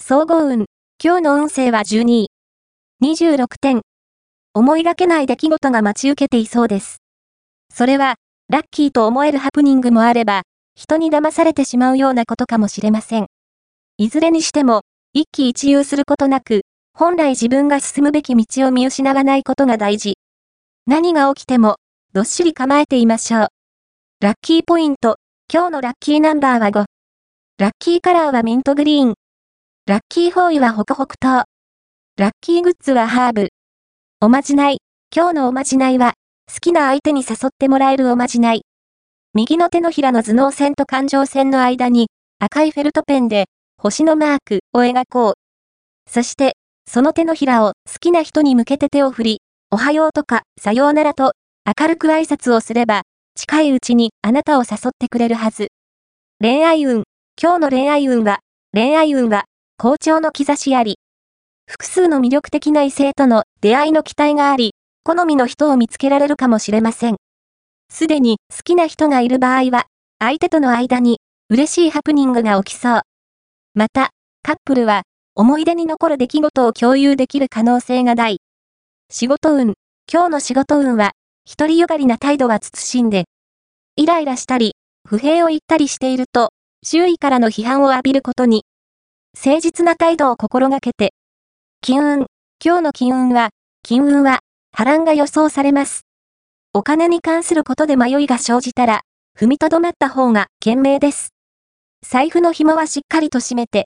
総合運。今日の運勢は12位。26点。思いがけない出来事が待ち受けていそうです。それは、ラッキーと思えるハプニングもあれば、人に騙されてしまうようなことかもしれません。いずれにしても、一喜一憂することなく、本来自分が進むべき道を見失わないことが大事。何が起きても、どっしり構えていましょう。ラッキーポイント。今日のラッキーナンバーは5。ラッキーカラーはミントグリーン。ラッキーフォーイはホクホク糖。ラッキーグッズはハーブ。おまじない。今日のおまじないは、好きな相手に誘ってもらえるおまじない。右の手のひらの頭脳線と感情線の間に、赤いフェルトペンで、星のマークを描こう。そして、その手のひらを好きな人に向けて手を振り、おはようとか、さようならと、明るく挨拶をすれば、近いうちにあなたを誘ってくれるはず。恋愛運。今日の恋愛運は、好調の兆しあり。複数の魅力的な異性との出会いの期待があり、好みの人を見つけられるかもしれません。すでに好きな人がいる場合は、相手との間に嬉しいハプニングが起きそう。また、カップルは思い出に残る出来事を共有できる可能性が大。仕事運。今日の仕事運は、独りよがりな態度は慎んで。イライラしたり、不平を言ったりしていると、周囲からの批判を浴びることに。誠実な態度を心がけて。金運。今日の金運は、波乱が予想されます。お金に関することで迷いが生じたら、踏みとどまった方が賢明です。財布の紐はしっかりと締めて、